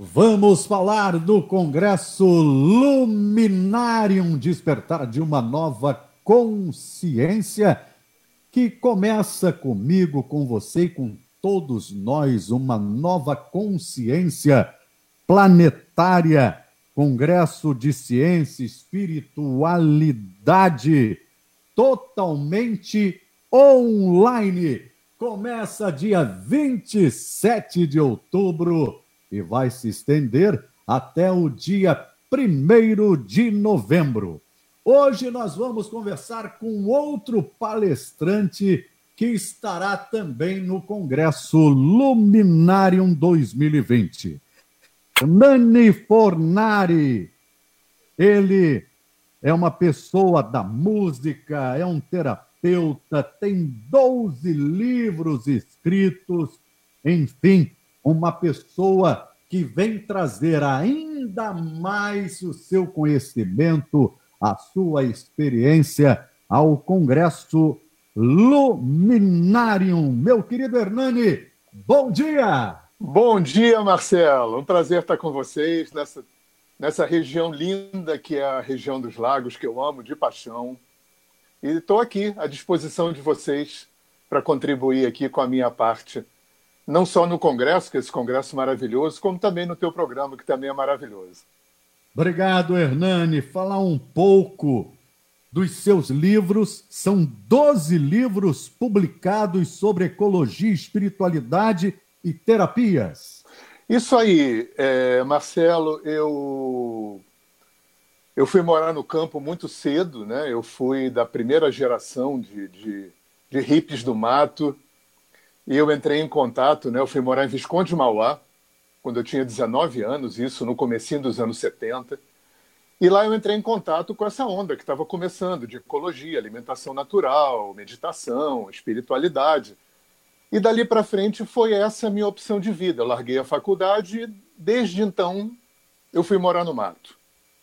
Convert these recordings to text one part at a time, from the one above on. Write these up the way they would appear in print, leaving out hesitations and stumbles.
Vamos falar do Congresso Luminarium, despertar de uma nova consciência que começa comigo, com você e com todos nós, uma nova consciência planetária. Congresso de Ciência e Espiritualidade, totalmente online. Começa dia 27 de outubro e vai se estender até o dia 1º de novembro. Hoje nós vamos conversar com outro palestrante que estará também no Congresso Luminarium 2020. Nani Fornari. Ele é uma pessoa da música, é um terapeuta, tem 12 livros escritos, enfim, uma pessoa que vem trazer ainda mais o seu conhecimento, a sua experiência ao Congresso Luminarium. Meu querido Hernani, bom dia! Bom dia, Marcelo. Um prazer estar com vocês nessa região linda que é a região dos lagos, que eu amo de paixão. E estou aqui à disposição de vocês para contribuir aqui com a minha parte, não só no Congresso, que é esse Congresso maravilhoso, como também no teu programa, que também é maravilhoso. Obrigado, Hernani. Falar um pouco dos seus livros. São 12 livros publicados sobre ecologia, espiritualidade e terapias. Isso aí, Marcelo, eu fui morar no campo muito cedo, né? Eu fui da primeira geração de hippies do mato e eu entrei em contato, né? Eu fui morar em Visconde de Mauá quando eu tinha 19 anos, isso no comecinho dos anos 70. E lá eu entrei em contato com essa onda que estava começando, de ecologia, alimentação natural, meditação, espiritualidade. E dali para frente foi essa a minha opção de vida. Eu larguei a faculdade e desde então eu fui morar no mato.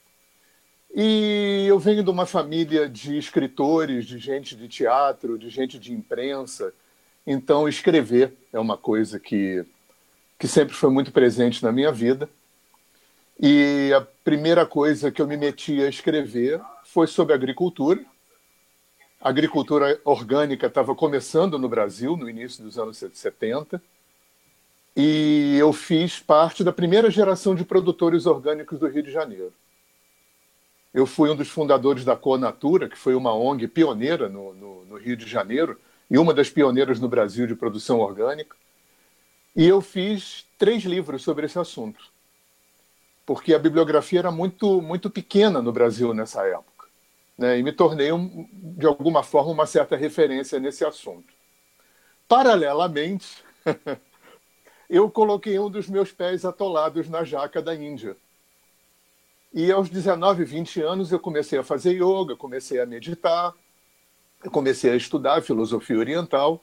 E eu venho de uma família de escritores, de gente de teatro, de gente de imprensa. Então escrever é uma coisa que sempre foi muito presente na minha vida. E a primeira coisa que eu me meti a escrever foi sobre agricultura. A agricultura orgânica estava começando no Brasil, no início dos anos 70, e eu fiz parte da primeira geração de produtores orgânicos do Rio de Janeiro. Eu fui um dos fundadores da Conatura, que foi uma ONG pioneira no Rio de Janeiro, e uma das pioneiras no Brasil de produção orgânica, e eu fiz 3 livros sobre esse assunto, porque a bibliografia era muito, muito pequena no Brasil nessa época. Né, e me tornei, de alguma forma, uma certa referência nesse assunto. Paralelamente, eu coloquei um dos meus pés atolados na jaca da Índia. E aos 19, 20 anos eu comecei a fazer yoga, comecei a meditar, eu comecei a estudar filosofia oriental.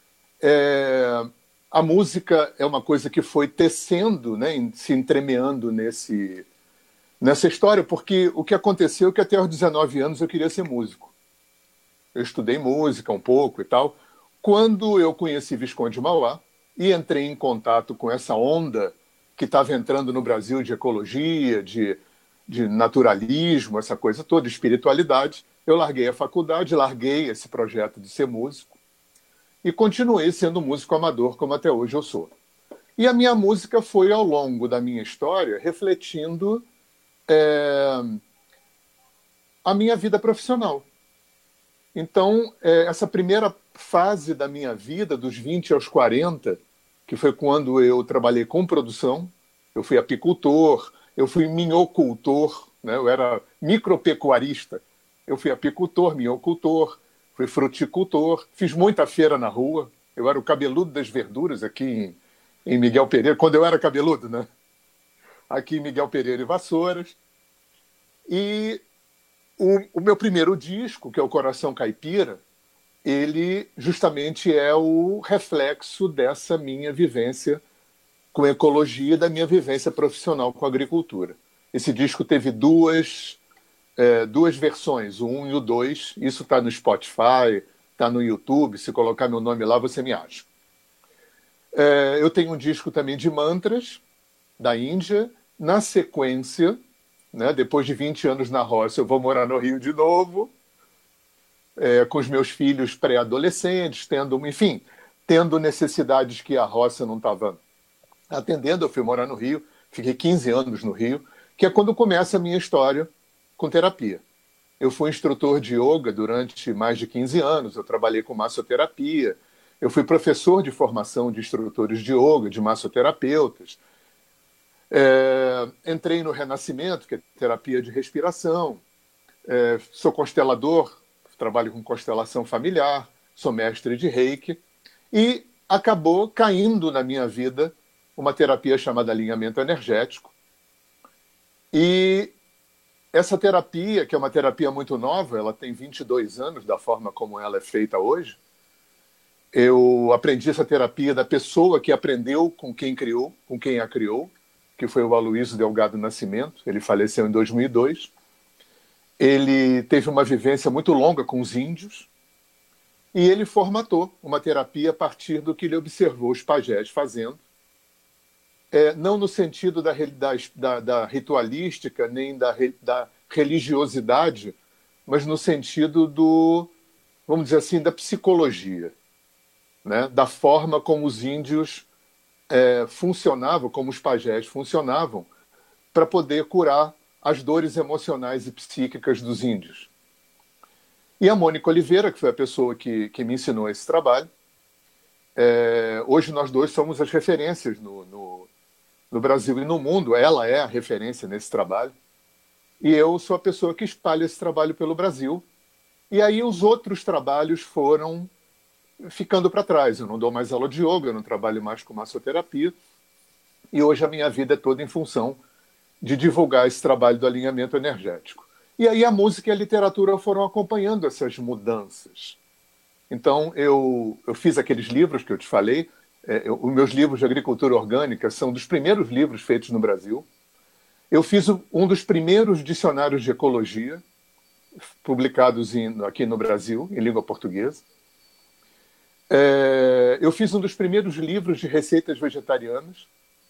A música é uma coisa que foi tecendo, né, se entremeando nessa história, porque o que aconteceu é que até aos 19 anos eu queria ser músico. Eu estudei música um pouco e tal. Quando eu conheci Visconde de Mauá e entrei em contato com essa onda que estava entrando no Brasil de ecologia, de naturalismo, essa coisa toda, espiritualidade, eu larguei a faculdade, larguei esse projeto de ser músico e continuei sendo músico amador, como até hoje eu sou. E a minha música foi, ao longo da minha história, refletindo a minha vida profissional. Então, essa primeira fase da minha vida, dos 20 aos 40, que foi quando eu trabalhei com produção, eu fui apicultor, eu fui minhocultor, né? Eu era micropecuarista, eu fui apicultor, minhocultor, fui fruticultor, fiz muita feira na rua, eu era o cabeludo das verduras aqui em Miguel Pereira, quando eu era cabeludo, né? Aqui em Miguel Pereira e Vassouras. E o meu primeiro disco, que é o Coração Caipira, ele justamente é o reflexo dessa minha vivência com ecologia, da minha vivência profissional com agricultura. Esse disco teve duas versões, o 1 e o 2. Isso está no Spotify, está no YouTube. Se colocar meu nome lá, você me acha. Eu tenho um disco também de mantras, da Índia. Na sequência, né, depois de 20 anos na roça, eu vou morar no Rio de novo, com os meus filhos pré-adolescentes, tendo necessidades que a roça não estava atendendo. Eu fui morar no Rio, fiquei 15 anos no Rio, que é quando começa a minha história com terapia. Eu fui instrutor de yoga durante mais de 15 anos, eu trabalhei com massoterapia, eu fui professor de formação de instrutores de yoga, de massoterapeutas. Entrei no Renascimento, que é terapia de respiração. Sou constelador, trabalho com constelação familiar, sou mestre de Reiki. E acabou caindo na minha vida uma terapia chamada alinhamento energético. E essa terapia, que é uma terapia muito nova, ela tem 22 anos da forma como ela é feita hoje. Eu aprendi essa terapia da pessoa que aprendeu com quem a criou, que foi o Aloysio Delgado Nascimento. Ele faleceu em 2002. Ele teve uma vivência muito longa com os índios e ele formatou uma terapia a partir do que ele observou os pajés fazendo, não no sentido da ritualística nem da religiosidade, mas no sentido vamos dizer assim, da psicologia, né? Da forma como os índios funcionavam, como os pajés funcionavam, para poder curar as dores emocionais e psíquicas dos índios. E a Mônica Oliveira, que foi a pessoa que me ensinou esse trabalho, hoje nós dois somos as referências no Brasil e no mundo. Ela é a referência nesse trabalho. E eu sou a pessoa que espalha esse trabalho pelo Brasil. E aí os outros trabalhos foram ficando para trás. Eu não dou mais aula de yoga, eu não trabalho mais com massoterapia. E hoje a minha vida é toda em função de divulgar esse trabalho do alinhamento energético. E aí a música e a literatura foram acompanhando essas mudanças. Então eu fiz aqueles livros que eu te falei. Os meus livros de agricultura orgânica são dos primeiros livros feitos no Brasil. Eu fiz um dos primeiros dicionários de ecologia publicados aqui no Brasil, em língua portuguesa. Eu fiz um dos primeiros livros de receitas vegetarianas,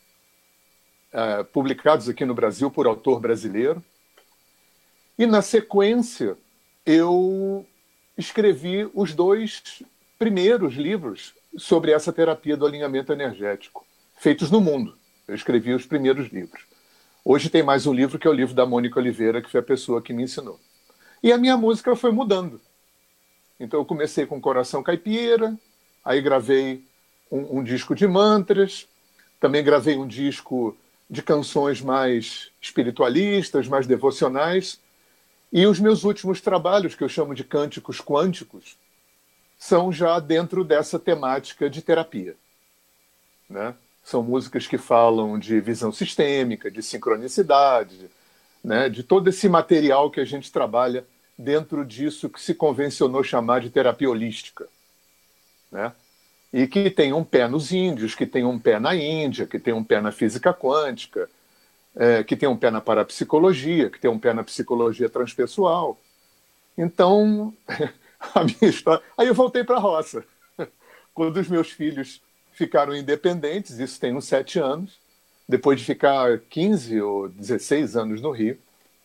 publicados aqui no Brasil por autor brasileiro. E, na sequência, eu escrevi os 2 primeiros livros sobre essa terapia do alinhamento energético, feitos no mundo. Eu escrevi os primeiros livros. Hoje tem mais um livro, que é o livro da Mônica Oliveira, que foi a pessoa que me ensinou. E a minha música foi mudando. Então eu comecei com Coração Caipira, aí gravei um disco de mantras, também gravei um disco de canções mais espiritualistas, mais devocionais. E os meus últimos trabalhos, que eu chamo de cânticos quânticos, são já dentro dessa temática de terapia, né? São músicas que falam de visão sistêmica, de sincronicidade, né? De todo esse material que a gente trabalha dentro disso que se convencionou chamar de terapia holística, né? E que tem um pé nos índios, que tem um pé na Índia, que tem um pé na física quântica, que tem um pé na parapsicologia, que tem um pé na psicologia transpessoal. Então, a minha história... Aí eu voltei para a roça. Quando os meus filhos ficaram independentes, isso tem uns 7 anos, depois de ficar 15 ou 16 anos no Rio,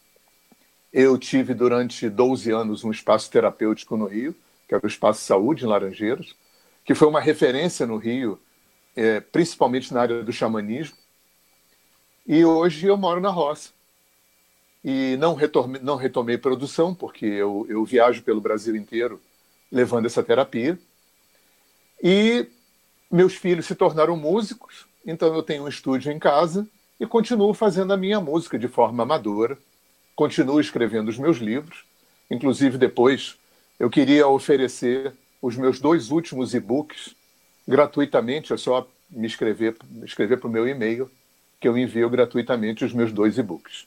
eu tive durante 12 anos um espaço terapêutico no Rio, que era o Espaço Saúde, em Laranjeiras, que foi uma referência no Rio, principalmente na área do xamanismo. E hoje eu moro na roça. E não retomei produção, porque eu viajo pelo Brasil inteiro levando essa terapia. E meus filhos se tornaram músicos, então eu tenho um estúdio em casa e continuo fazendo a minha música de forma amadora, continuo escrevendo os meus livros. Inclusive, depois, eu queria oferecer os meus 2 últimos e-books gratuitamente. É só me escrever para o meu e-mail, que eu envio gratuitamente os meus 2 e-books.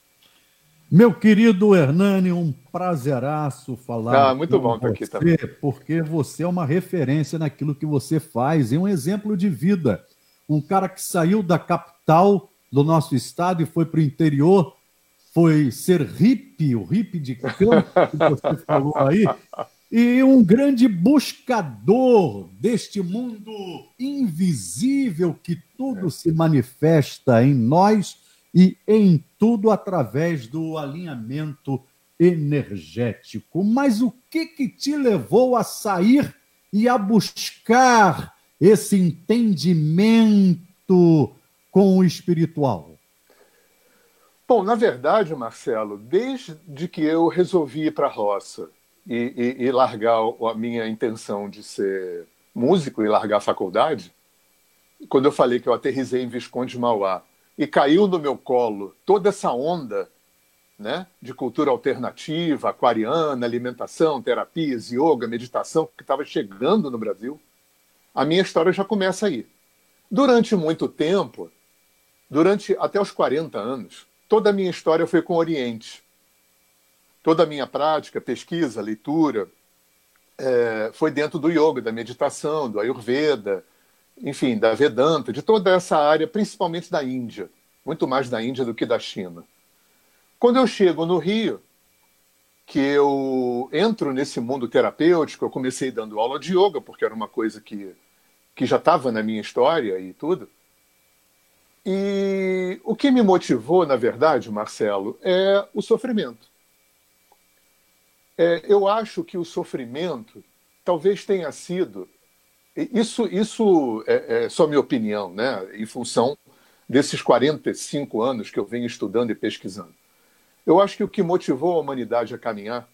Meu querido Hernani, um prazeraço falar muito com bom estar aqui também. Porque você é uma referência naquilo que você faz e um exemplo de vida. Um cara que saiu da capital do nosso estado e foi para o interior, foi ser hippie, o hippie de campo que você falou aí, e um grande buscador deste mundo invisível que tudo se manifesta em nós e em tudo através do alinhamento energético. Mas o que te levou a sair e a buscar esse entendimento com o espiritual? Bom, na verdade, Marcelo, desde que eu resolvi ir para a roça e largar a minha intenção de ser músico e largar a faculdade, quando eu falei que eu aterrisei em Visconde de Mauá e caiu no meu colo toda essa onda, né, de cultura alternativa, aquariana, alimentação, terapias, yoga, meditação, que estava chegando no Brasil, a minha história já começa aí. Durante muito tempo, durante até os 40 anos, toda a minha história foi com o Oriente. Toda a minha prática, pesquisa, leitura, foi dentro do yoga, da meditação, do Ayurveda, enfim, da Vedanta, de toda essa área, principalmente da Índia. Muito mais da Índia do que da China. Quando eu chego no Rio, que eu entro nesse mundo terapêutico, eu comecei dando aula de yoga, porque era uma coisa que já estava na minha história e tudo. E o que me motivou, na verdade, Marcelo, é o sofrimento. Eu acho que o sofrimento talvez tenha sido... Isso é só minha opinião, né? Em função desses 45 anos que eu venho estudando e pesquisando. Eu acho que o que motivou a humanidade a caminhar...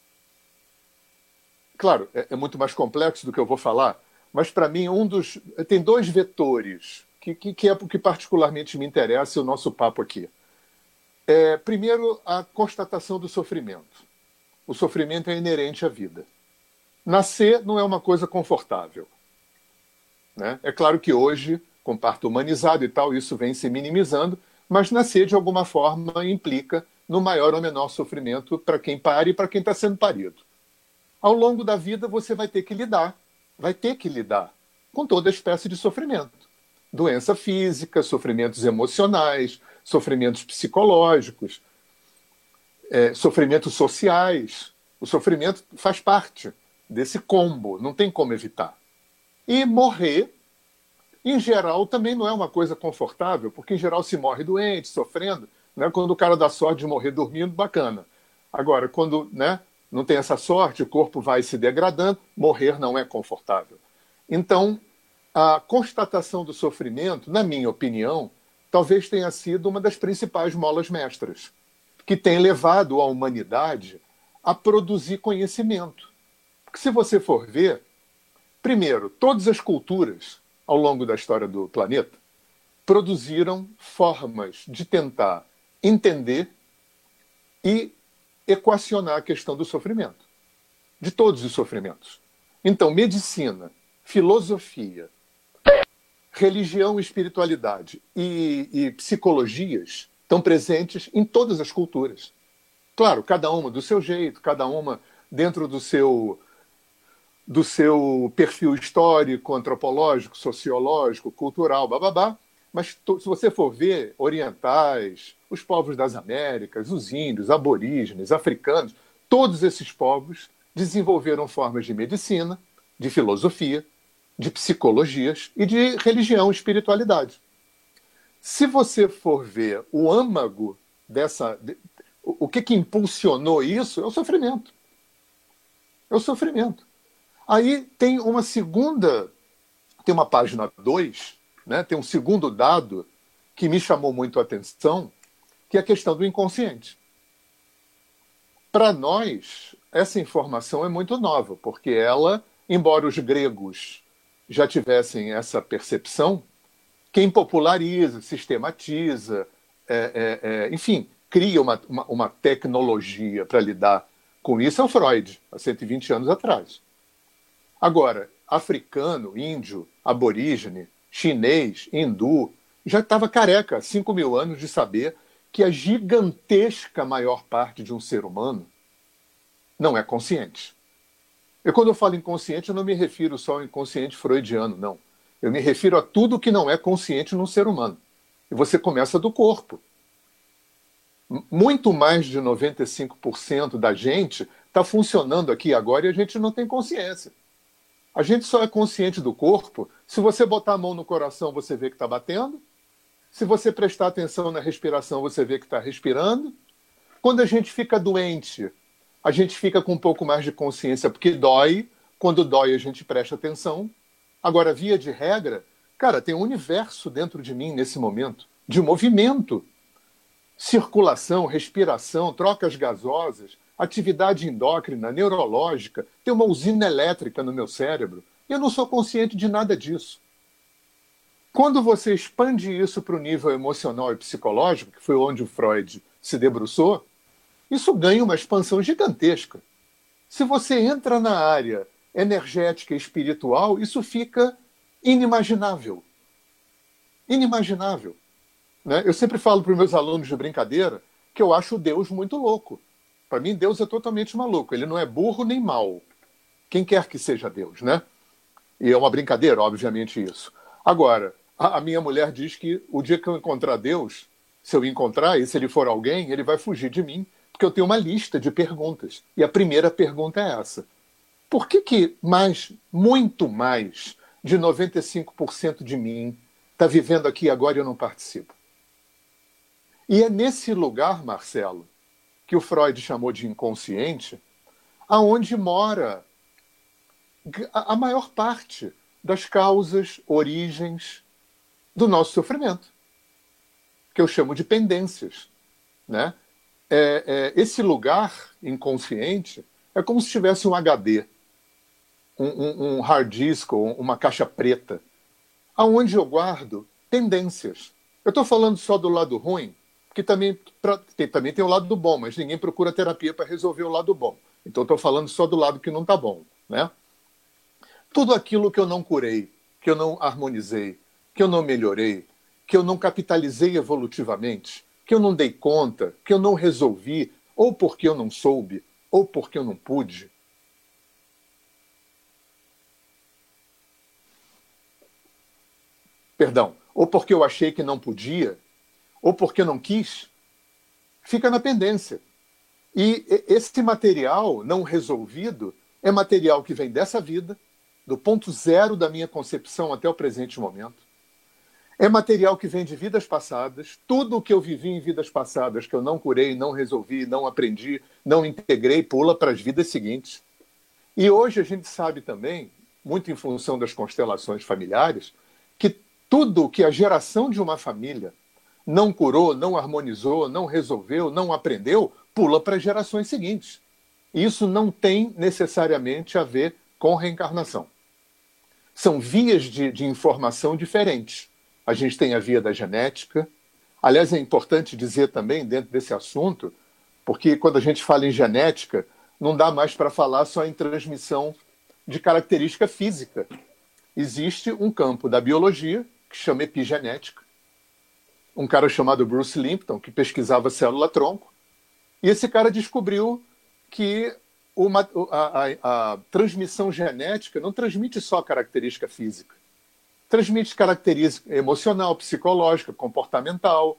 Claro, é muito mais complexo do que eu vou falar, mas para mim tem dois vetores que é o que particularmente me interessa e o nosso papo aqui. Primeiro, a constatação do sofrimento. O sofrimento é inerente à vida. Nascer não é uma coisa confortável, né? É claro que hoje, com parto humanizado e tal, isso vem se minimizando, mas nascer, de alguma forma, implica no maior ou menor sofrimento para quem pare e para quem está sendo parido. Ao longo da vida, você vai ter que lidar com toda espécie de sofrimento. Doença física, sofrimentos emocionais, sofrimentos psicológicos, sofrimentos sociais. O sofrimento faz parte desse combo, não tem como evitar. E morrer, em geral, também não é uma coisa confortável, porque em geral se morre doente, sofrendo, né? Quando o cara dá sorte de morrer dormindo, bacana. Agora, quando, né, não tem essa sorte, o corpo vai se degradando, morrer não é confortável. Então, a constatação do sofrimento, na minha opinião, talvez tenha sido uma das principais molas mestras, que tem levado a humanidade a produzir conhecimento. Porque se você for ver, primeiro, todas as culturas ao longo da história do planeta produziram formas de tentar entender e equacionar a questão do sofrimento, de todos os sofrimentos. Então, medicina, filosofia, religião, espiritualidade e psicologias estão presentes em todas as culturas. Claro, cada uma do seu jeito, cada uma dentro do seu perfil histórico, antropológico, sociológico, cultural, bababá. Mas se você for ver, orientais, os povos das Américas, os índios, aborígenes, africanos, todos esses povos desenvolveram formas de medicina, de filosofia, de psicologias e de religião e espiritualidade. Se você for ver o âmago o que impulsionou isso é o sofrimento. É o sofrimento. Aí tem uma segunda, tem uma página 2, né, tem um segundo dado que me chamou muito a atenção, que é a questão do inconsciente. Para nós, essa informação é muito nova, porque ela, embora os gregos já tivessem essa percepção, quem populariza, sistematiza, enfim, cria uma tecnologia para lidar com isso é o Freud, há 120 anos atrás. Agora, africano, índio, aborígene, chinês, hindu, já estava careca há 5 mil anos de saber que a gigantesca maior parte de um ser humano não é consciente. E quando eu falo inconsciente, eu não me refiro só ao inconsciente freudiano, não. Eu me refiro a tudo que não é consciente num ser humano. E você começa do corpo. Muito mais de 95% da gente está funcionando aqui agora e a gente não tem consciência. A gente só é consciente do corpo se você botar a mão no coração, você vê que está batendo. Se você prestar atenção na respiração, você vê que está respirando. Quando a gente fica doente, a gente fica com um pouco mais de consciência, porque dói. Quando dói, a gente presta atenção. Agora, via de regra, cara, tem um universo dentro de mim nesse momento, de movimento. Circulação, respiração, trocas gasosas, atividade endócrina, neurológica, tem uma usina elétrica no meu cérebro. E eu não sou consciente de nada disso. Quando você expande isso para o nível emocional e psicológico, que foi onde o Freud se debruçou, isso ganha uma expansão gigantesca. Se você entra na área energética e espiritual, isso fica inimaginável. Inimaginável. Né? Eu sempre falo para os meus alunos de brincadeira que eu acho Deus muito louco. Para mim, Deus é totalmente maluco. Ele não é burro nem mau. Quem quer que seja Deus, né? E é uma brincadeira, obviamente, isso. Agora, a minha mulher diz que o dia que eu encontrar Deus, se eu encontrar, e se ele for alguém, ele vai fugir de mim, porque eu tenho uma lista de perguntas. E a primeira pergunta é essa. Por que mais, muito mais, de 95% de mim está vivendo aqui agora e eu não participo? E é nesse lugar, Marcelo, que o Freud chamou de inconsciente, aonde mora a maior parte das causas, origens do nosso sofrimento, que eu chamo de pendências. Né? Esse lugar inconsciente é como se tivesse um HD, um hard disk, uma caixa preta, aonde eu guardo pendências. Eu estou falando só do lado ruim, porque também tem o lado bom, mas ninguém procura terapia para resolver o lado bom. Então, estou falando só do lado que não está bom. Né? Tudo aquilo que eu não curei, que eu não harmonizei, que eu não melhorei, que eu não capitalizei evolutivamente, que eu não dei conta, que eu não resolvi, ou porque eu não soube, ou porque eu não pude. Perdão, ou porque eu achei que não podia, ou porque eu não quis, fica na pendência. E esse material não resolvido é material que vem dessa vida, do ponto zero da minha concepção até o presente momento. É material que vem de vidas passadas. Tudo o que eu vivi em vidas passadas, que eu não curei, não resolvi, não aprendi, não integrei, pula para as vidas seguintes. E hoje a gente sabe também, muito em função das constelações familiares, que tudo o que a geração de uma família não curou, não harmonizou, não resolveu, não aprendeu, pula para as gerações seguintes. E isso não tem necessariamente a ver com reencarnação. São vias de informação diferentes. A gente tem a via da genética. Aliás, é importante dizer também, dentro desse assunto, porque quando a gente fala em genética, não dá mais para falar só em transmissão de característica física. Existe um campo da biologia que chama epigenética. Um cara chamado Bruce Lipton, que pesquisava célula-tronco, e esse cara descobriu que a transmissão genética não transmite só característica física. Transmite característica emocional, psicológica, comportamental.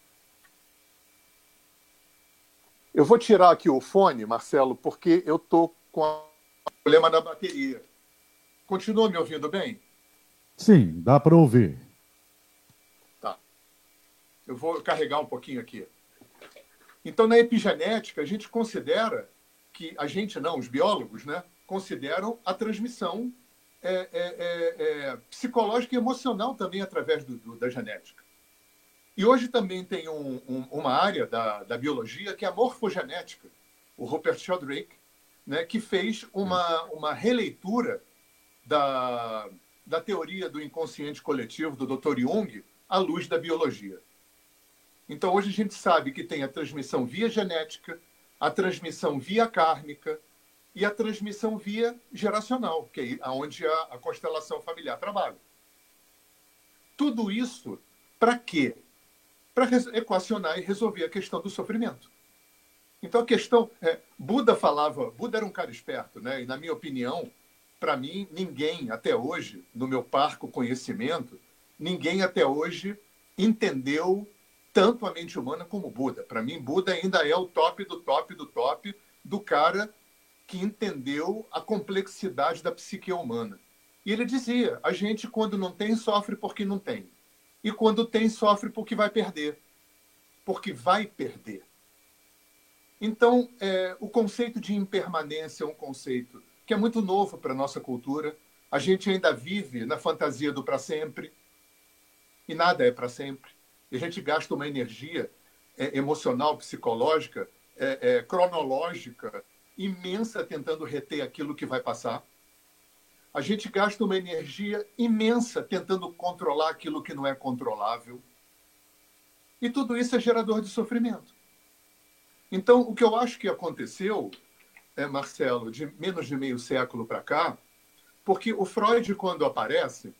Eu vou tirar aqui o fone, Marcelo, porque eu estou com problema na bateria. Continua me ouvindo bem? Sim, dá para ouvir. Tá. Eu vou carregar um pouquinho aqui. Então, na epigenética, a gente considera que a gente não, os biólogos, né, consideram a transmissão psicológica e emocional também através da genética. E hoje também tem uma área da biologia que é a morfogenética. O Rupert Sheldrake, né, que fez uma releitura da teoria do inconsciente coletivo do Dr. Jung à luz da biologia. Então, hoje a gente sabe que tem a transmissão via genética, a transmissão via kármica e a transmissão via geracional, que é onde a constelação familiar trabalha. Tudo isso para quê? Para equacionar e resolver a questão do sofrimento. Então, a questão... Buda era um cara esperto, né? E, na minha opinião, para mim, ninguém até hoje, no meu parco conhecimento, ninguém até hoje entendeu tanto a mente humana como Buda. Para mim, Buda ainda é o top do top do top do cara que entendeu a complexidade da psique humana. E ele dizia, a gente, quando não tem, sofre porque não tem. E quando tem, sofre porque vai perder. Porque vai perder. Então, o conceito de impermanência é um conceito que é muito novo para a nossa cultura. A gente ainda vive na fantasia do para sempre. E nada é para sempre. E a gente gasta uma energia emocional, psicológica, cronológica, imensa tentando reter aquilo que vai passar. A gente gasta uma energia imensa tentando controlar aquilo que não é controlável. E tudo isso é gerador de sofrimento. Então, o que eu acho que aconteceu, Marcelo, de menos de meio século para cá, porque o Freud, quando aparece,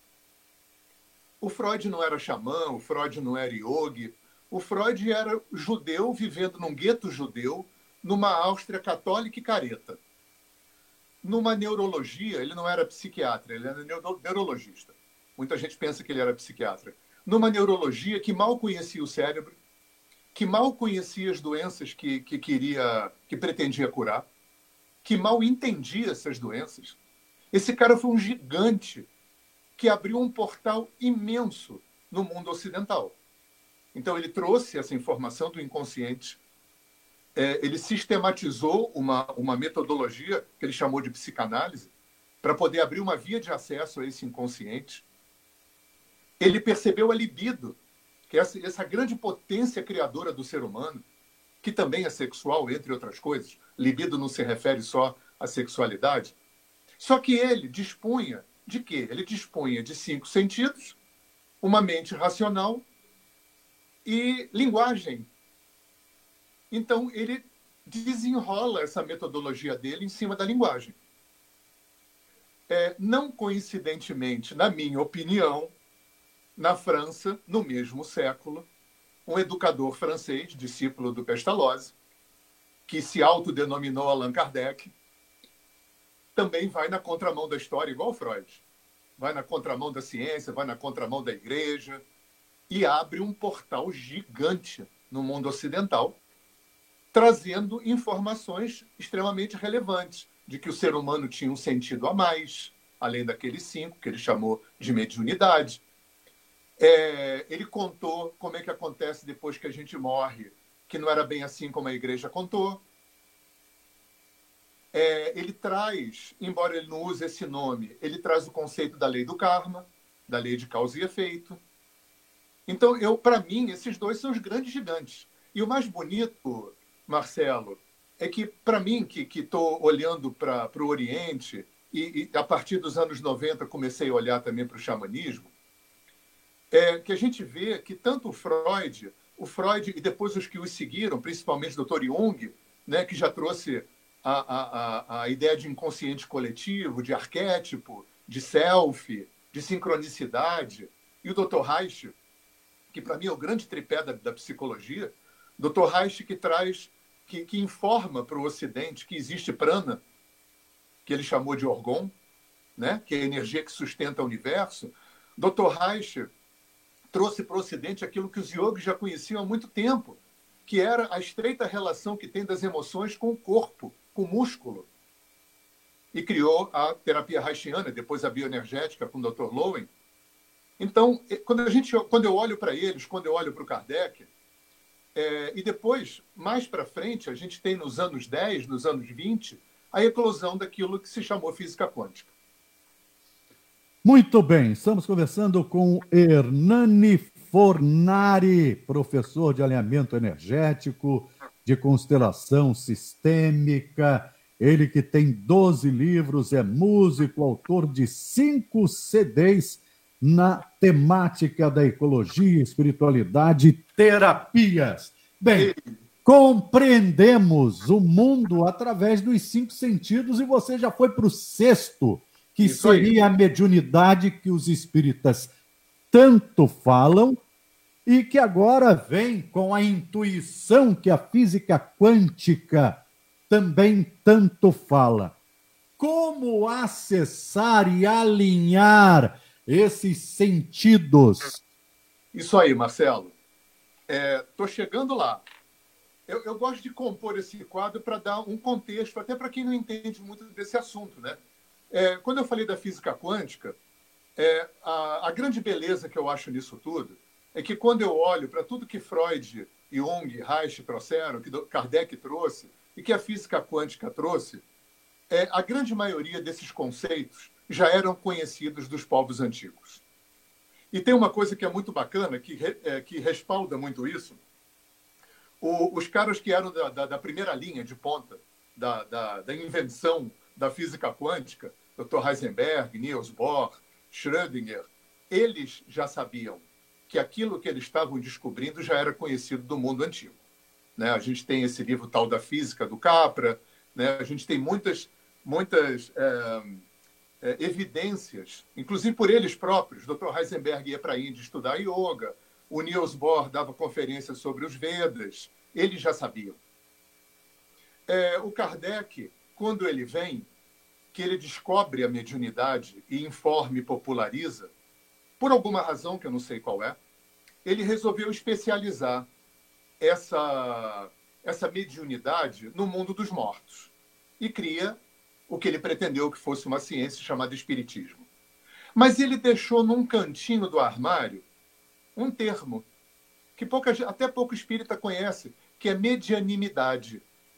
o Freud não era xamã, o Freud não era yogi, o Freud era judeu vivendo num gueto judeu, numa Áustria católica e careta. Numa neurologia, ele não era psiquiatra, ele era neurologista. Muita gente pensa que ele era psiquiatra. Numa neurologia que mal conhecia o cérebro, que mal conhecia as doenças que pretendia curar, que mal entendia essas doenças. Esse cara foi um gigante que abriu um portal imenso no mundo ocidental. Então, ele trouxe essa informação do inconsciente, ele sistematizou uma metodologia que ele chamou de psicanálise para poder abrir uma via de acesso a esse inconsciente. Ele percebeu a libido, que é essa grande potência criadora do ser humano, que também é sexual, entre outras coisas. Libido não se refere só à sexualidade. Só que ele dispunha de quê? Ele dispunha de 5 sentidos, uma mente racional e linguagem. Então, ele desenrola essa metodologia dele em cima da linguagem. Não coincidentemente, na minha opinião, na França, no mesmo século, um educador francês, discípulo do Pestalozzi, que se autodenominou Allan Kardec, também vai na contramão da história, igual Freud. Vai na contramão da ciência, vai na contramão da igreja e abre um portal gigante no mundo ocidental, trazendo informações extremamente relevantes de que o ser humano tinha um sentido a mais, além daqueles 5, que ele chamou de mediunidade. Ele contou como é que acontece depois que a gente morre, que não era bem assim como a igreja contou. Ele traz, embora ele não use esse nome, ele traz o conceito da lei do karma, da lei de causa e efeito. Então, para mim, esses dois são os grandes gigantes. E o mais bonito, Marcelo, é que, para mim, que estou olhando para o Oriente, e a partir dos anos 90 comecei a olhar também para o xamanismo, que a gente vê que tanto o Freud e depois os que os seguiram, principalmente o Dr. Jung, né, que já trouxe a ideia de inconsciente coletivo, de arquétipo, de self, de sincronicidade, e o Dr. Reich, que para mim é o grande tripé da psicologia, Dr. Reich que traz, que informa para o Ocidente que existe prana, que ele chamou de orgon, né, que é a energia que sustenta o universo. Dr. Reich trouxe para o Ocidente aquilo que os yogis já conheciam há muito tempo, que era a estreita relação que tem das emoções com o corpo, com o músculo. E criou a terapia reichiana, depois a bioenergética com o Dr. Lowen. Então, quando eu olho para eles, quando eu olho para o Kardec, e depois, mais para frente, a gente tem nos anos 10, nos anos 20, a eclosão daquilo que se chamou física quântica. Muito bem, estamos conversando com Hernani Fornari, professor de alinhamento energético, de constelação sistêmica, ele que tem 12 livros, é músico, autor de 5 CDs na temática da ecologia, espiritualidade e terapias. Bem, compreendemos o mundo através dos 5 sentidos e você já foi para o 6º, que isso seria aí a mediunidade que os espíritas tanto falam e que agora vem com a intuição que a física quântica também tanto fala. Como acessar e alinhar esses sentidos? Isso aí, Marcelo. Estou chegando lá. Eu gosto de compor esse quadro para dar um contexto, até para quem não entende muito desse assunto, né? Quando eu falei da física quântica, a grande beleza que eu acho nisso tudo é que quando eu olho para tudo que Freud, Jung, Reich trouxeram, que Kardec trouxe e que a física quântica trouxe, a grande maioria desses conceitos já eram conhecidos dos povos antigos. E tem uma coisa que é muito bacana, que respalda muito isso. Os caras que eram da primeira linha de ponta da invenção da física quântica, Dr. Heisenberg, Niels Bohr, Schrödinger, eles já sabiam que aquilo que eles estavam descobrindo já era conhecido do mundo antigo. Né? A gente tem esse livro tal da física do Capra, né? A gente tem muitas evidências, inclusive por eles próprios. Dr. Heisenberg ia para a Índia estudar yoga, o Niels Bohr dava conferências sobre os Vedas, eles já sabiam. O Kardec, quando ele vem, que ele descobre a mediunidade e informa e populariza, por alguma razão que eu não sei qual é, ele resolveu especializar essa mediunidade no mundo dos mortos e cria o que ele pretendeu que fosse uma ciência chamada espiritismo. Mas ele deixou num cantinho do armário um termo que até pouco espírita conhece, que é medianimidade.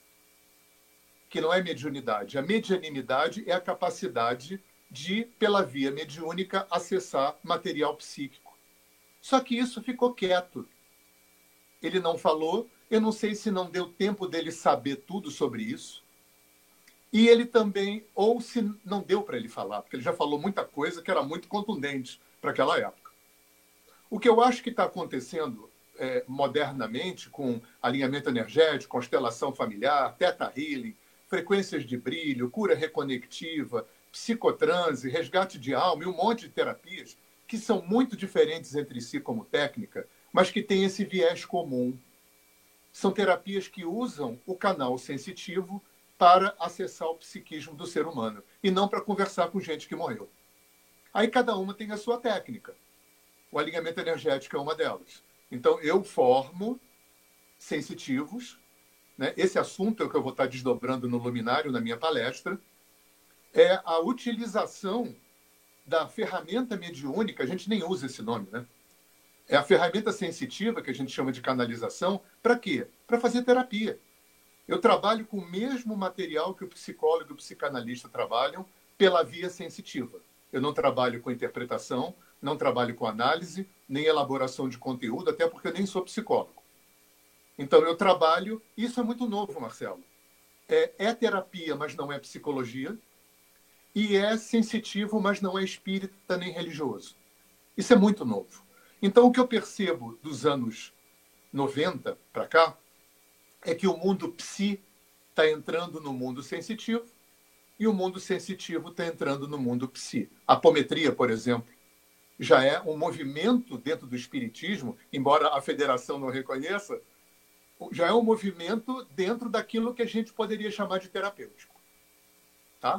Que não é mediunidade. A medianimidade é a capacidade de, pela via mediúnica, acessar material psíquico. Só que isso ficou quieto. Ele não falou, eu não sei se não deu tempo dele saber tudo sobre isso. E ele também, ou se não deu para ele falar, porque ele já falou muita coisa que era muito contundente para aquela época. O que eu acho que está acontecendo modernamente, com alinhamento energético, constelação familiar, teta healing, frequências de brilho, cura reconectiva, psicotranse, resgate de alma e um monte de terapias que são muito diferentes entre si como técnica, mas que têm esse viés comum. São terapias que usam o canal sensitivo para acessar o psiquismo do ser humano e não para conversar com gente que morreu. Aí cada uma tem a sua técnica. O alinhamento energético é uma delas. Então, eu formo sensitivos, né? Esse assunto é o que eu vou estar desdobrando no Luminário, na minha palestra, é a utilização da ferramenta mediúnica, a gente nem usa esse nome, né? É a ferramenta sensitiva, que a gente chama de canalização, para quê? Para fazer terapia. Eu trabalho com o mesmo material que o psicólogo e o psicanalista trabalham pela via sensitiva. Eu não trabalho com interpretação, não trabalho com análise, nem elaboração de conteúdo, até porque eu nem sou psicólogo. Então, eu trabalho... Isso é muito novo, Marcelo. É terapia, mas não é psicologia. E é sensitivo, mas não é espírita nem religioso. Isso é muito novo. Então, o que eu percebo dos anos 90 para cá é que o mundo psi está entrando no mundo sensitivo e o mundo sensitivo está entrando no mundo psi. A apometria, por exemplo, já é um movimento dentro do espiritismo, embora a federação não reconheça, já é um movimento dentro daquilo que a gente poderia chamar de terapêutico. Tá?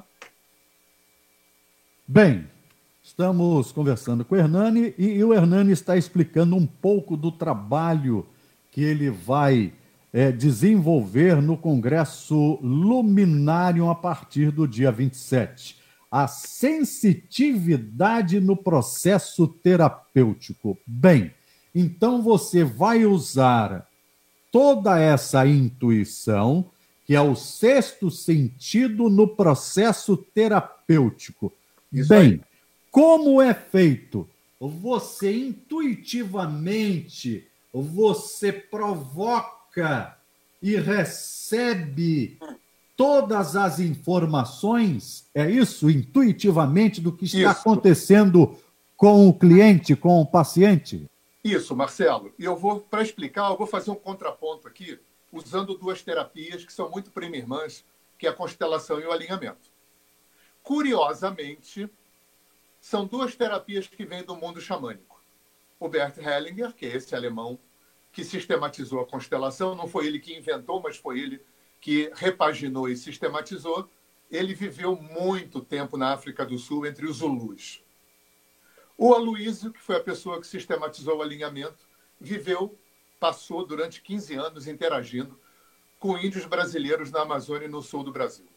Bem, estamos conversando com o Hernani e o Hernani está explicando um pouco do trabalho que ele vai desenvolver no Congresso Luminário a partir do dia 27. A sensitividade no processo terapêutico. Bem, então você vai usar toda essa intuição, que é o sexto sentido no processo terapêutico. Isso Bem, aí. como é feito? Você intuitivamente, você provoca e recebe todas as informações, é isso? Intuitivamente do que está acontecendo com o cliente, com o paciente? Isso, Marcelo. E para explicar, eu vou fazer um contraponto aqui, usando duas terapias que são muito prima-irmãs, que é a constelação e o alinhamento. Curiosamente, são duas terapias que vêm do mundo xamânico. O Bert Hellinger, que é esse alemão que sistematizou a constelação, não foi ele que inventou, mas foi ele que repaginou e sistematizou. Ele viveu muito tempo na África do Sul, entre os Zulus. O Aloysio, que foi a pessoa que sistematizou o alinhamento, passou durante 15 anos interagindo com índios brasileiros na Amazônia e no sul do Brasil.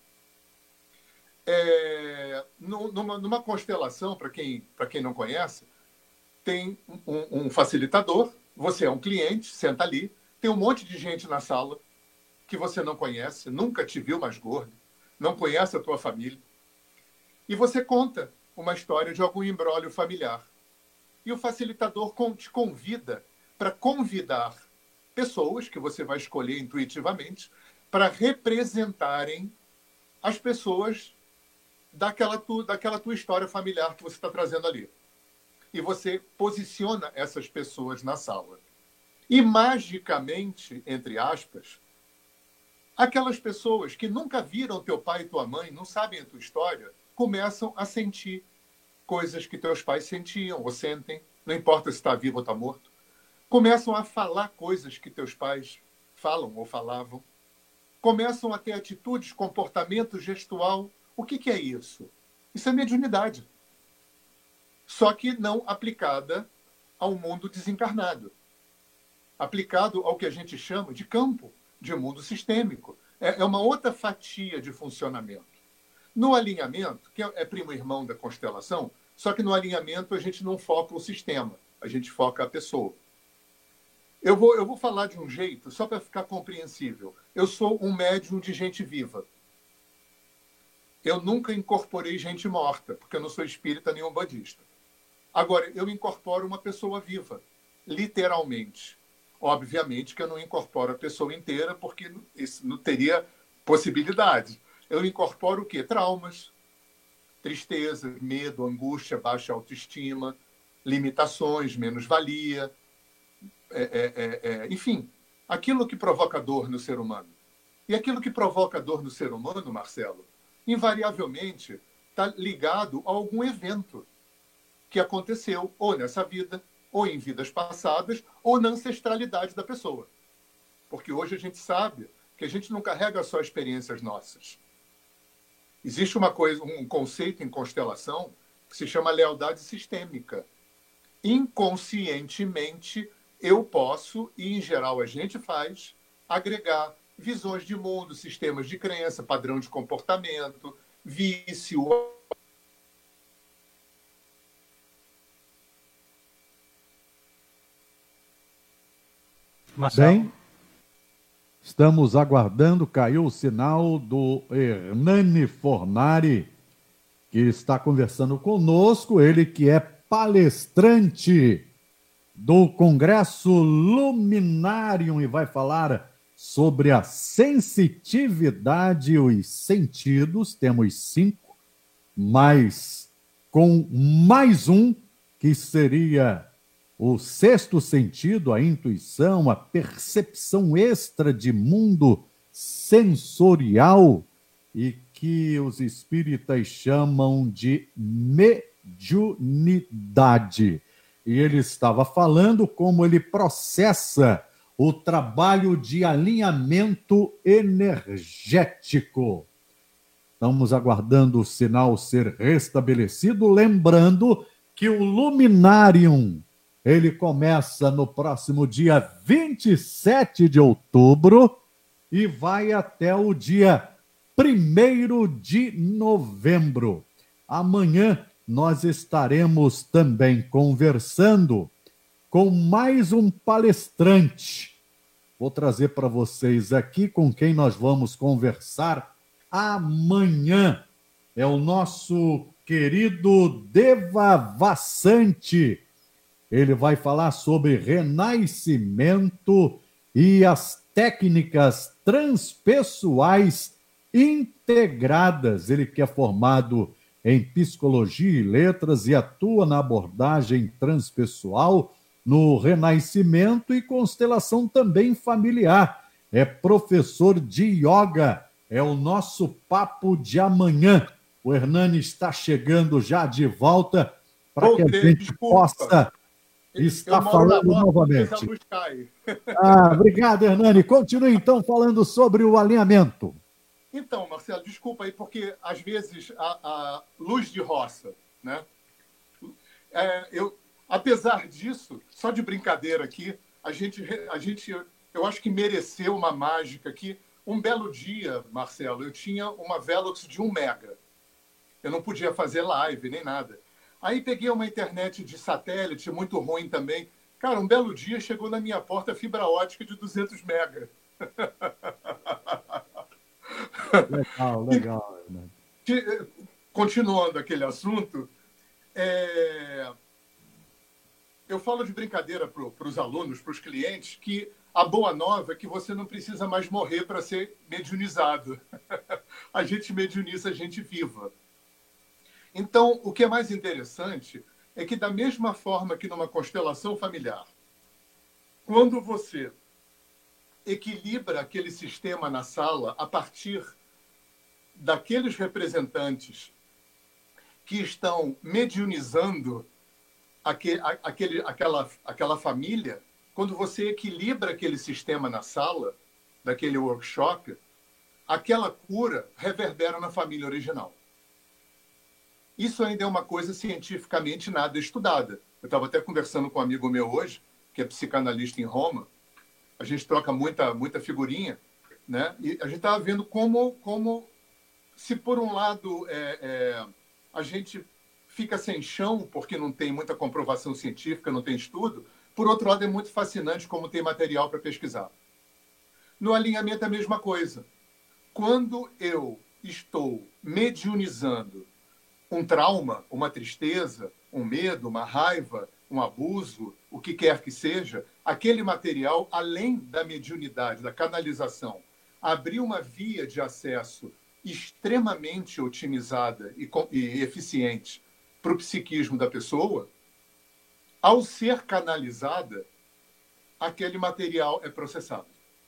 Numa constelação, para quem não conhece, tem um facilitador, você é um cliente, senta ali, tem um monte de gente na sala que você não conhece, nunca te viu mais gordo, não conhece a tua família, e você conta uma história de algum imbróglio familiar. E o facilitador te convida para convidar pessoas que você vai escolher intuitivamente para representarem as pessoas daquela tua história familiar que você está trazendo ali. E você posiciona essas pessoas na sala. E magicamente, entre aspas, aquelas pessoas que nunca viram teu pai e tua mãe, não sabem a tua história, começam a sentir coisas que teus pais sentiam ou sentem, não importa se está vivo ou está morto. Começam a falar coisas que teus pais falam ou falavam. Começam a ter atitudes, comportamento gestual. O que é isso? Isso é mediunidade. Só que não aplicada ao mundo desencarnado. Aplicado ao que a gente chama de campo, de mundo sistêmico. É uma outra fatia de funcionamento. No alinhamento, que é primo irmão da constelação, só que no alinhamento a gente não foca o sistema, a gente foca a pessoa. Eu vou falar de um jeito, só para ficar compreensível. Eu sou um médium de gente viva. Eu nunca incorporei gente morta, porque eu não sou espírita nem umbandista. Agora, eu incorporo uma pessoa viva, literalmente. Obviamente que eu não incorporo a pessoa inteira, porque isso não teria possibilidade. Eu incorporo o quê? Traumas, tristeza, medo, angústia, baixa autoestima, limitações, menos-valia, enfim, aquilo que provoca dor no ser humano. E aquilo que provoca dor no ser humano, Marcelo, invariavelmente está ligado a algum evento que aconteceu ou nessa vida, ou em vidas passadas, ou na ancestralidade da pessoa. Porque hoje a gente sabe que a gente não carrega só experiências nossas. Existe um conceito em constelação que se chama lealdade sistêmica. Inconscientemente, eu posso, e em geral a gente faz, agregar visões de mundo, sistemas de crença, padrão de comportamento, vício. Bem, estamos aguardando, caiu o sinal do Hernani Fornari, que está conversando conosco, ele que é palestrante do Congresso Luminarium e vai falar sobre a sensitividade e os sentidos. Temos 5, mas com mais um, que seria o sexto sentido, a intuição, a percepção extra de mundo sensorial, e que os espíritas chamam de mediunidade. E ele estava falando como ele processa o trabalho de alinhamento energético. Estamos aguardando o sinal ser restabelecido, lembrando que o Luminarium, ele começa no próximo dia 27 de outubro e vai até o dia 1º de novembro. Amanhã nós estaremos também conversando com mais um palestrante. Vou trazer para vocês aqui com quem nós vamos conversar amanhã. É o nosso querido Deva Vassante. Ele vai falar sobre renascimento e as técnicas transpessoais integradas. Ele que é formado em psicologia e letras e atua na abordagem transpessoal, no renascimento e constelação também familiar. É professor de yoga. É o nosso papo de amanhã. O Hernani está chegando já de volta para que a gente possa estar falando novamente. Obrigado, Hernani. Continue então falando sobre o alinhamento. Então, Marcelo, desculpa aí, porque às vezes a luz de roça, né? Apesar disso, só de brincadeira aqui, a gente eu acho que mereceu uma mágica que um belo dia, Marcelo, eu tinha uma Velox de 1 mega. Eu não podia fazer live nem nada. Aí peguei uma internet de satélite, muito ruim também. Cara, um belo dia chegou na minha porta fibra ótica de 200 mega. Legal, legal. Né? Continuando aquele assunto, eu falo de brincadeira para os alunos, para os clientes, que a boa nova é que você não precisa mais morrer para ser mediunizado. A gente mediuniza a gente viva. Então, o que é mais interessante é que, da mesma forma que numa constelação familiar, quando você equilibra aquele sistema na sala a partir daqueles representantes que estão mediunizando aquela família, quando você equilibra aquele sistema na sala, daquele workshop, aquela cura reverbera na família original. Isso ainda é uma coisa cientificamente nada estudada. Eu estava até conversando com um amigo meu hoje, que é psicanalista em Roma. A gente troca muita figurinha, né? E a gente estava vendo como se por um lado a gente fica sem chão porque não tem muita comprovação científica, não tem estudo, por outro lado é muito fascinante como tem material para pesquisar. No alinhamento é a mesma coisa. Quando eu estou mediunizando um trauma, uma tristeza, um medo, uma raiva, um abuso, o que quer que seja, aquele material, além da mediunidade, da canalização, abrir uma via de acesso extremamente otimizada e eficiente para o psiquismo da pessoa, ao ser canalizada, aquele material é processado.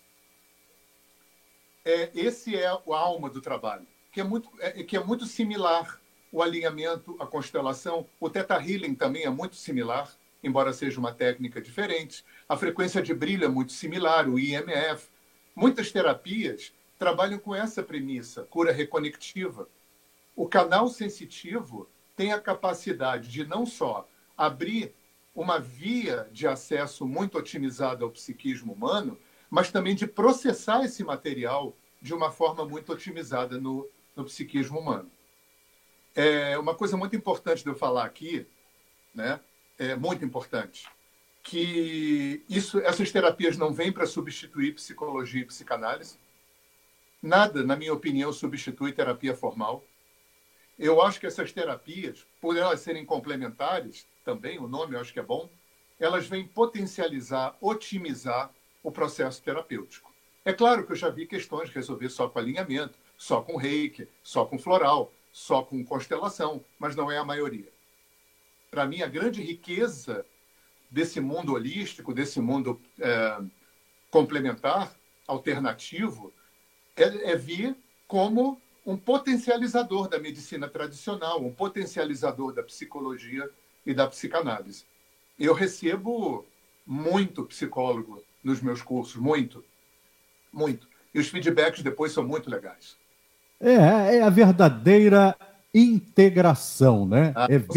Esse é a alma do trabalho, que é muito similar o alinhamento, a constelação. O Theta Healing também é muito similar, embora seja uma técnica diferente. A frequência de brilho é muito similar, o IMF. Muitas terapias trabalham com essa premissa, cura reconectiva. O canal sensitivo tem a capacidade de não só abrir uma via de acesso muito otimizada ao psiquismo humano, mas também de processar esse material de uma forma muito otimizada no psiquismo humano. Uma coisa muito importante de eu falar aqui, né? Muito importante, que essas terapias não vêm para substituir psicologia e psicanálise. Nada, na minha opinião, substitui terapia formal. Eu acho que essas terapias, por elas serem complementares, também, o nome eu acho que é bom, elas vêm potencializar, otimizar o processo terapêutico. É claro que eu já vi questões de resolver só com alinhamento, só com reiki, só com floral, só com constelação, mas não é a maioria. Para mim, a grande riqueza desse mundo holístico, desse mundo complementar, alternativo, é vir como um potencializador da medicina tradicional, um potencializador da psicologia e da psicanálise. Eu recebo muito psicólogo nos meus cursos, muito. E os feedbacks depois são muito legais. É a verdadeira integração, né?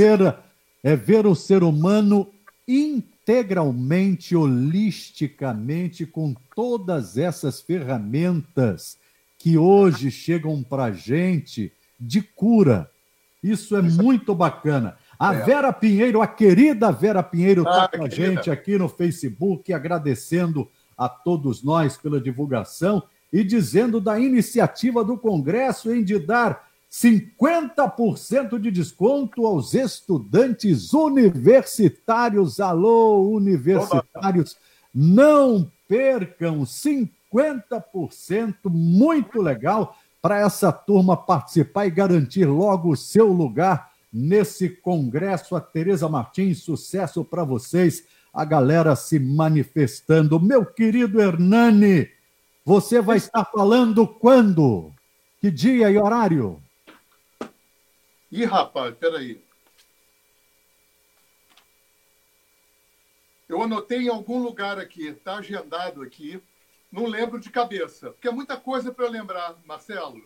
É ver o ser humano integralmente, holisticamente, com todas essas ferramentas que hoje chegam para a gente de cura. Isso é muito bacana. A Vera Pinheiro, a querida Vera Pinheiro, está com a gente aqui no Facebook, agradecendo a todos nós pela divulgação e dizendo da iniciativa do Congresso de dar 50% de desconto aos estudantes universitários. Alô, universitários, não percam 50%, muito legal, para essa turma participar e garantir logo o seu lugar nesse congresso. A Tereza Martins, sucesso para vocês, a galera se manifestando. Meu querido Hernani, você vai estar falando quando? Que dia e horário? Ih, rapaz, peraí. Eu anotei em algum lugar aqui, está agendado aqui, não lembro de cabeça, porque é muita coisa para eu lembrar, Marcelo.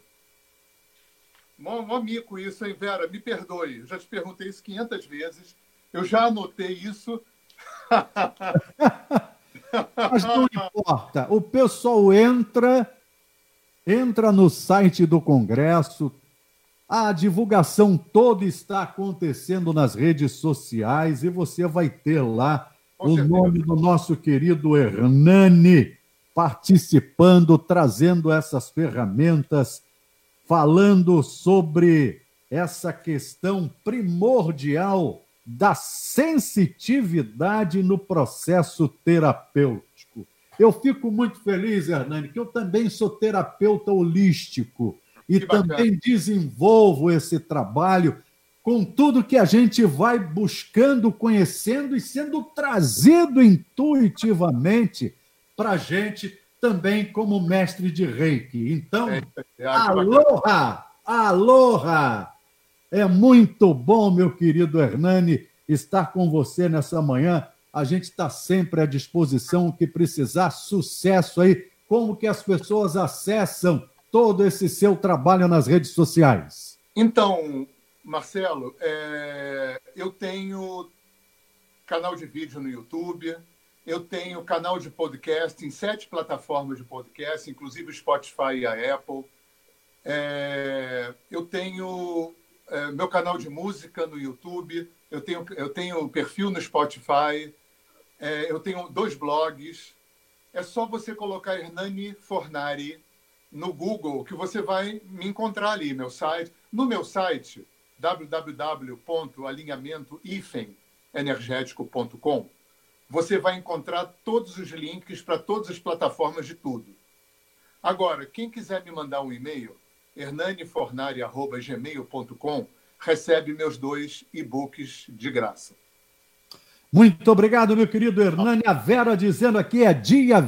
Mó mico isso, hein, Vera? Me perdoe, eu já te perguntei isso 500 vezes, eu já anotei isso. Mas não importa. O pessoal entra no site do Congresso, a divulgação toda está acontecendo nas redes sociais e você vai ter lá o nome do nosso querido Hernani participando, trazendo essas ferramentas, falando sobre essa questão primordial da sensitividade no processo terapêutico. Eu fico muito feliz, Hernani, que eu também sou terapeuta holístico e também desenvolvo esse trabalho com tudo que a gente vai buscando, conhecendo e sendo trazido intuitivamente para a gente também como mestre de Reiki. Então, aloha! Aloha! É muito bom, meu querido Hernani, estar com você nessa manhã. A gente está sempre à disposição, o que precisar, sucesso aí. Como que as pessoas acessam todo esse seu trabalho nas redes sociais? Então, Marcelo, eu tenho canal de vídeo no YouTube, eu tenho canal de podcast em 7 plataformas de podcast, inclusive o Spotify e a Apple. Eu tenho meu canal de música no YouTube, eu tenho perfil no Spotify, eu tenho 2 blogs. É só você colocar Hernani Fornari no Google que você vai me encontrar ali, meu site. No meu site, www.alinhamento-energético.com, você vai encontrar todos os links para todas as plataformas de tudo. Agora, quem quiser me mandar um e-mail, hernanifornari@gmail.com, recebe meus 2 e-books de graça. Muito obrigado, meu querido Hernani. A Vera dizendo aqui, é dia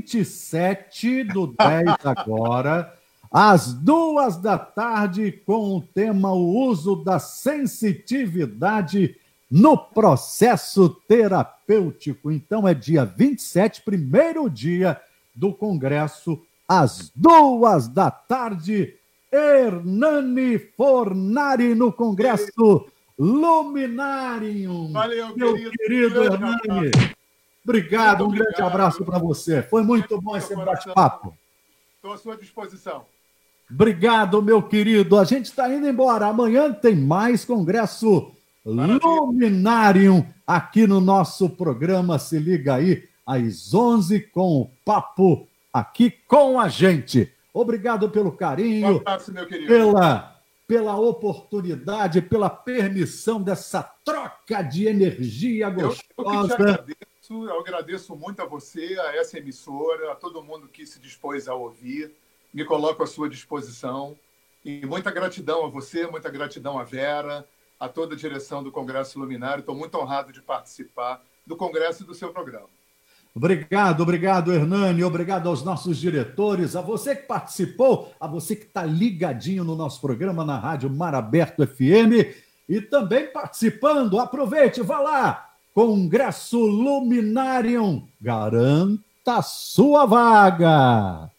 27/10 agora, às 14h, com o tema o uso da sensitividade no processo terapêutico. Então é dia 27, primeiro dia do Congresso, às 14h, Hernani Fornari no Congresso Luminarium. Valeu, meu querido Hernani. Obrigado, um grande abraço para você. Foi muito bom esse bate-papo. Estou à sua disposição. Obrigado, meu querido. A gente está indo embora. Amanhã tem mais Congresso Luminarium aqui no nosso programa. Se liga aí, às 11h, com o papo aqui com a gente. Obrigado pelo carinho, Um abraço, meu querido. pela oportunidade, pela permissão dessa troca de energia gostosa. Eu agradeço muito a você, a essa emissora, a todo mundo que se dispôs a ouvir. Me coloco à sua disposição. E muita gratidão a você, muita gratidão a Vera, a toda a direção do Congresso Luminário. Estou muito honrado de participar do Congresso e do seu programa. Obrigado, Hernani. Obrigado aos nossos diretores, a você que participou, a você que está ligadinho no nosso programa na Rádio Mar Aberto FM e também participando. Aproveite, vá lá. Congresso Luminarium. Garanta sua vaga.